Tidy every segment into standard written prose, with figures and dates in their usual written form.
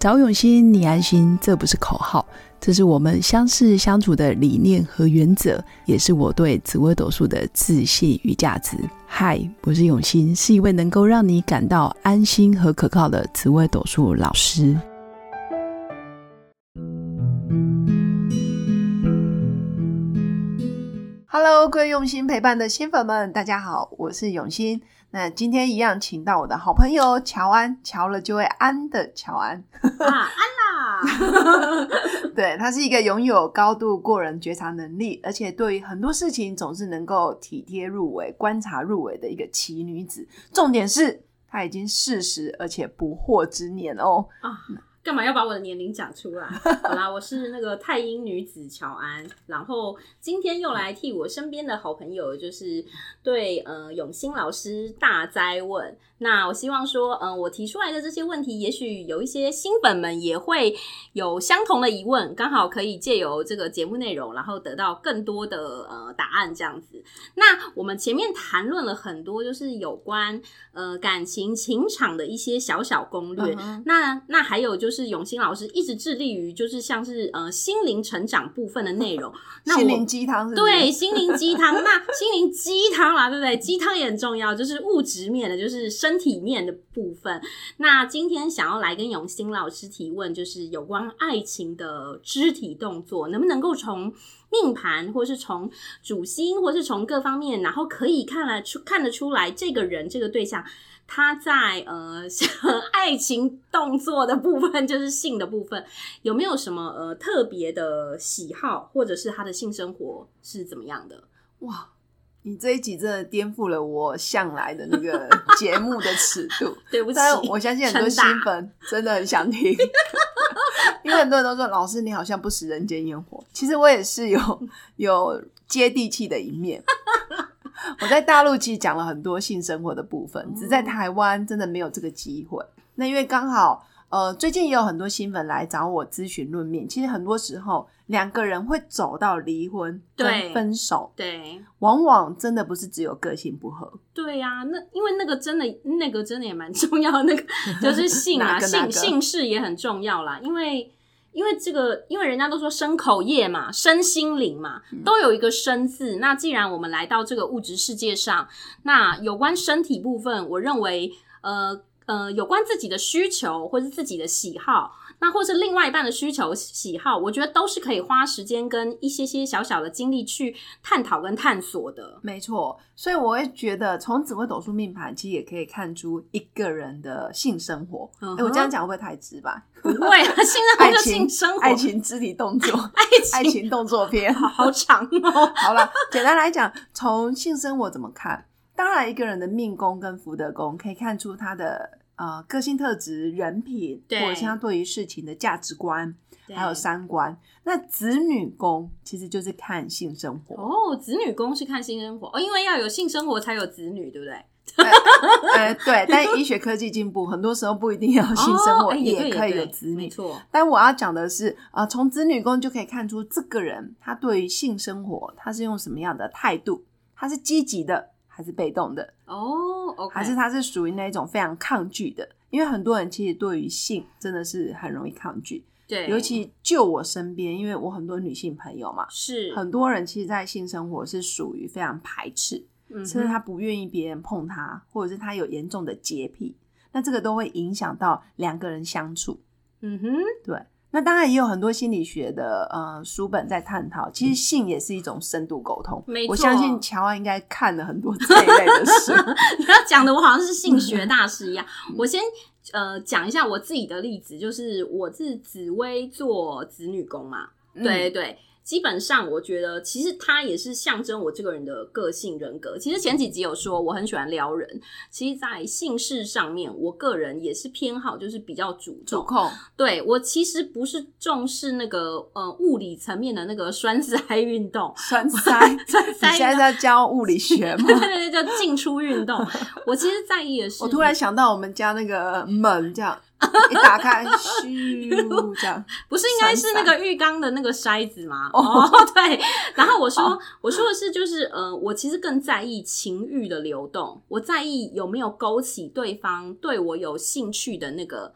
找永新，你安心，这不是口号，这是我们相识相处的理念和原则，也是我对紫微斗数的自信与价值。嗨，我是永新，是一位能够让你感到安心和可靠的紫微斗数老师。Hello， 各位用心陪伴的新粉们，大家好，我是永新。那今天一样请到我的好朋友乔安，乔了就会安的乔安。 安啦对，她是一个拥有高度过人觉察能力，而且对于很多事情总是能够体贴入微、观察入微的一个奇女子。重点是她已经40而且不惑之年哦。 干嘛要把我的年龄讲出来？好啦，我是那个太阴女子乔安，然后今天又来替我身边的好朋友，就是对永新老师大哉问。那我希望说，我提出来的这些问题，也许有一些新粉们也会有相同的疑问，刚好可以借由这个节目内容，然后得到更多的答案这样子。那我们前面谈论了很多，就是有关感情情场的一些小小攻略。那还有就是永新老师一直致力于就是像是心灵成长部分的内容。那心灵鸡汤是不是？ 对，心灵鸡汤。那心灵鸡汤啦，对不对？鸡汤也很重要，就是物质面的，就是身体面的部分。那今天想要来跟永新老师提问，就是有关爱情的肢体动作，能不能够从命盘，或是从主星，或是从各方面，然后可以看得出来这个人这个对象他在爱情动作的部分，就是性的部分，有没有什么特别的喜好，或者是他的性生活是怎么样的？ 哇，你这一集真的颠覆了我向来的那个节目的尺度。 对不起， 但我相信很多新粉真的很想听。因为很多人都说老师你好像不食人间烟火，其实我也是有接地气的一面。我在大陆其实讲了很多性生活的部分，只在台湾真的没有这个机会。那因为刚好最近也有很多新粉来找我咨询论命，其实很多时候两个人会走到离婚跟分手，对，往往真的不是只有个性不合。 对啊，那因为那个真的也蛮重要的，那个就是性啊性事也很重要啦，因为人家都说身口业嘛，身心灵嘛，都有一个身字。那既然我们来到这个物质世界上，那有关身体部分，我认为有关自己的需求或是自己的喜好，那或是另外一半的需求喜好，我觉得都是可以花时间跟一些小小的精力去探讨跟探索的。没错， 所以我会觉得从紫微斗数命盘其实也可以看出一个人的性生活。我这样讲会不会太直白？ 不会啊，性生活就性生活， 爱情肢体动作爱情动作片好长哦。 好了，简单来讲，从性生活怎么看，当然一个人的命宫跟福德宫可以看出他的个性特质、人品，或者是他对于事情的价值观还有三观。那子女宫其实就是看性生活。 子女宫是看性生活因为要有性生活才有子女，对不对？ 对，但医学科技进步，很多时候不一定要性生活也可以有子女。 没错。 但我要讲的是从子女宫就可以看出这个人他对于性生活他是用什么样的态度，他是积极的还是被动的 ？OK， 还是他是属于那种非常抗拒的？因为很多人其实对于性真的是很容易抗拒。 对， 尤其就我身边，因为我很多女性朋友嘛， 是很多人其实在性生活是属于非常排斥，甚至他不愿意别人碰他，或者是他有严重的洁癖，那这个都会影响到两个人相处。对。那当然也有很多心理学的书本在探讨，其实性也是一种深度沟通。 没错， 我相信乔安应该看了很多这一类的书。 你要讲的我好像是性学大师一样。我先讲一下我自己的例子，就是我是紫微做子女宫嘛，对对。基本上我觉得其实它也是象征我这个人的个性人格。其实前几集有说我很喜欢撩人，其实在性事上面我个人也是偏好就是比较主控。对，我其实不是重视那个物理层面的那个栓塞运动。栓塞你现在在教物理学吗？ 对对对，就进出运动。我其实在意的是， 我突然想到我们家那个门这样一打开咻这样， 不是应该是那个浴缸的那个筛子吗？对。然后我说的是就是我其实更在意情欲的流动，我在意有没有勾起对方对我有兴趣的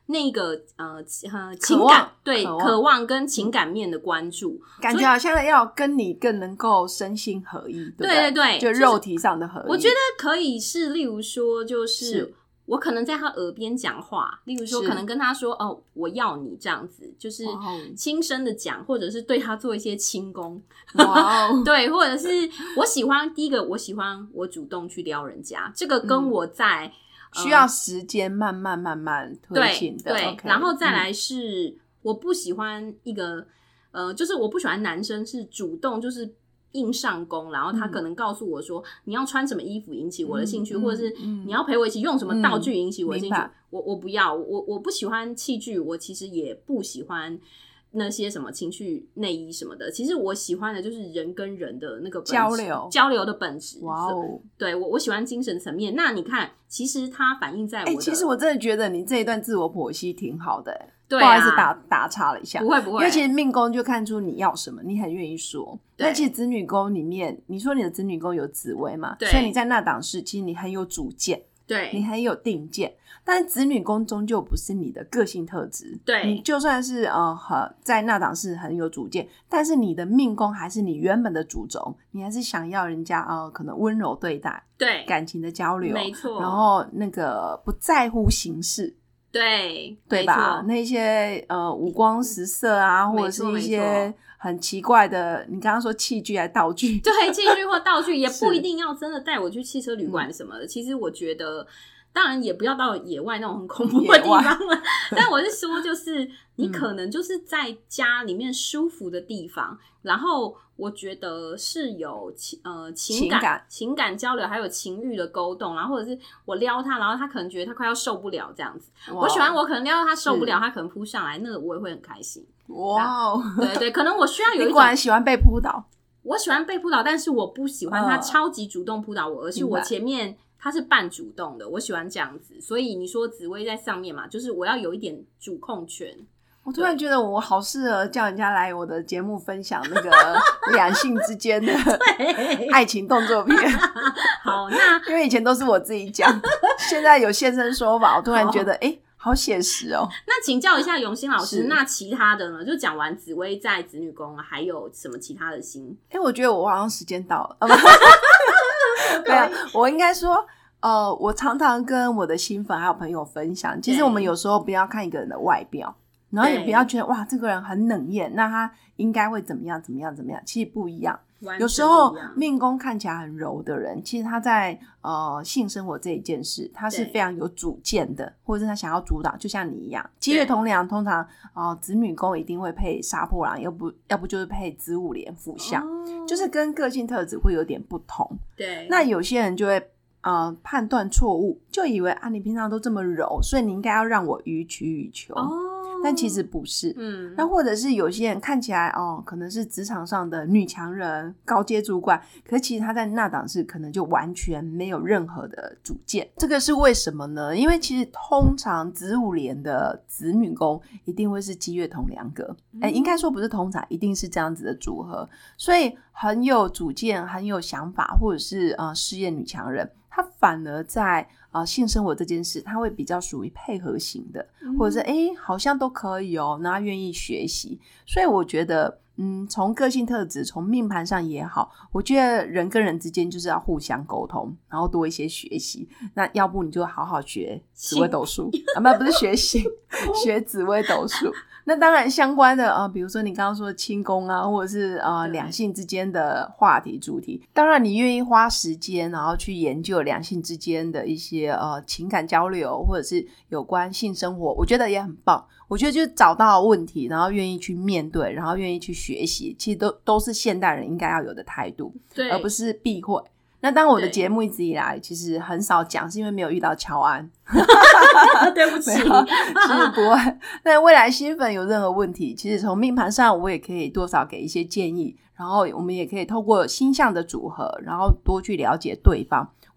那个情感，对，渴望跟情感面的关注， 感觉好像要跟你更能够身心合一，对不对？就肉体上的合一。 我觉得可以是，例如说，就是我可能在他耳边讲话，例如说，可能跟他说：“哦，我要你这样子。”就是轻声的讲，或者是对他做一些轻功。哇，对，或者是我喜欢第一个，我喜欢我主动去撩人家，这个跟我在。 需要时间慢慢推进的， 对， okay, 然后再来是我不喜欢一个就是我不喜欢男生是主动就是硬上弓，然后他可能告诉我说你要穿什么衣服引起我的兴趣，或者是你要陪我一起用什么道具引起我的兴趣，我不要，我不喜欢器具，我其实也不喜欢那些什么情趣内衣什么的，其实我喜欢的就是人跟人的那个交流的本质。哇哦，对，我喜欢精神层面。那你看，其实它反映在我的其实我真的觉得你这一段自我剖析挺好的对不好意思打岔了一下， 不会， 因为其实命宫就看出你要什么，你很愿意说。那其实子女宫里面，你说你的子女宫有紫微嘛，所以你在那档事其实你很有主见， 对， 你很有定见，但是子女宫终究不是你的个性特质。 对， 你就算是在那档是很有主见，但是你的命宫还是你原本的主轴，你还是想要人家可能温柔对待， 对， 感情的交流， 没错， 然后那个不在乎形式。对吧？那些五光十色啊，或者是一些很奇怪的，你刚刚说器具还是道具？ 对，器具或道具也不一定要真的带我去汽车旅馆什么的。其实我觉得，当然也不要到野外那种很恐怖的地方了。但我是说，就是你可能就是在家里面舒服的地方，然后我觉得是有情感交流，还有情欲的勾动，然后或者是我撩他，然后他可能觉得他快要受不了这样子。我喜欢我可能撩到他受不了，他可能扑上来，那个我也会很开心。哇，对，可能我需要有一种， 你果然喜欢被扑倒。 我喜欢被扑倒，但是我不喜欢他超级主动扑倒我，而是我前面他是半主动的，我喜欢这样子。所以你说紫微在上面嘛，就是我要有一点主控权。 我突然觉得我好适合叫人家来我的节目分享那个两性之间的爱情动作片。 好，那因为以前都是我自己讲，现在有现身说法，我突然觉得好写实哦。 那请教一下永新老师，那其他的呢？就讲完紫微在子女宫，还有什么其他的星？ 我觉得我好像时间到了。对啊，我应该说我常常跟我的新粉还有朋友分享，其实我们有时候不要看一个人的外表，然后也不要觉得哇这个人很冷艳，那他应该会怎么样，其实不一样。有时候命宫看起来很柔的人，其实他在性生活这一件事他是非常有主见的，或者是他想要主导，就像你一样。七月同梁通常子女宫一定会配杀破狼，要不就是配子午连辅相，就是跟个性特质会有点不同。 对， 那有些人就会判断错误，就以为你平常都这么柔，所以你应该要让我予取予求。但其实不是。那或者是有些人看起来可能是职场上的女强人、高阶主管，可是其实他在那档事可能就完全没有任何的主见。这个是为什么呢？因为其实通常子午连的子女宫一定会是基月同梁格，应该说不是通常，一定是这样子的组合，所以很有主见、很有想法，或者是事业女强人，她反而在性生活这件事他会比较属于配合型的，或者是好像都可以然后愿意学习。所以我觉得从个性特质，从命盘上也好，我觉得人跟人之间就是要互相沟通，然后多一些学习。那要不你就好好学紫微斗数不是学习学紫微斗数。那当然相关的比如说你刚刚说的轻功啊，或者是两性之间的话题主题，当然你愿意花时间然后去研究两性之间的一些情感交流，或者是有关性生活，我觉得也很棒。我觉得就是找到问题，然后愿意去面对，然后愿意去学习，其实都是现代人应该要有的态度， 对， 而不是避讳。那当我的节目一直以来其实很少讲，是因为没有遇到乔安对不起其实不会。但未来新粉有任何问题，其实从命盘上我也可以多少给一些建议，然后我们也可以透过星象的组合，然后多去了解对方。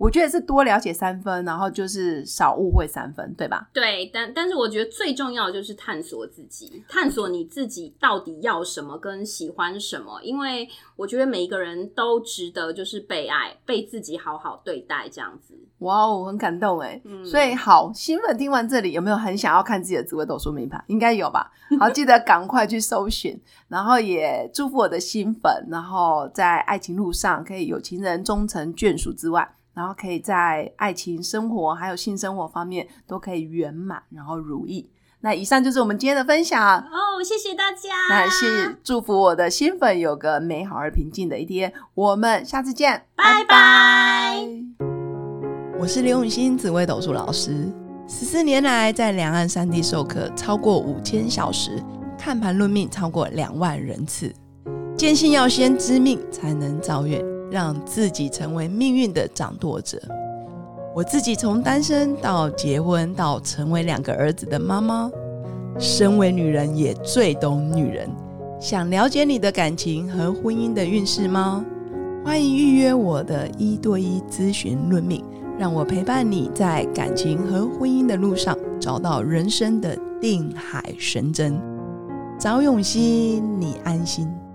我觉得是多了解3分，然后就是少误会3分，对吧？ 对，但是我觉得最重要的就是探索自己，探索你自己到底要什么跟喜欢什么，因为我觉得每一个人都值得就是被爱，被自己好好对待这样子。 哇哦，很感动耶。所以好，新粉听完这里有没有很想要看自己的紫微斗数命盘？应该有吧。好，记得赶快去搜寻，然后也祝福我的新粉，然后在爱情路上可以有情人终成眷属之外，然后可以在爱情生活还有性生活方面都可以圆满，然后如意。那以上就是我们今天的分享哦，谢谢大家。 那是祝福我的新粉有个美好而平静的一天，我们下次见， 拜拜。 我是刘永新紫微斗数老师，14年来在两岸3地授课超过5000小时，看盘论命超过2万人次，坚信要先知命才能造运，让自己成为命运的掌舵者。我自己从单身到结婚到成为2个儿子的妈妈，身为女人也最懂女人。想了解你的感情和婚姻的运势吗？欢迎预约我的1对1咨询论命，让我陪伴你在感情和婚姻的路上找到人生的定海神针。找永熙，你安心。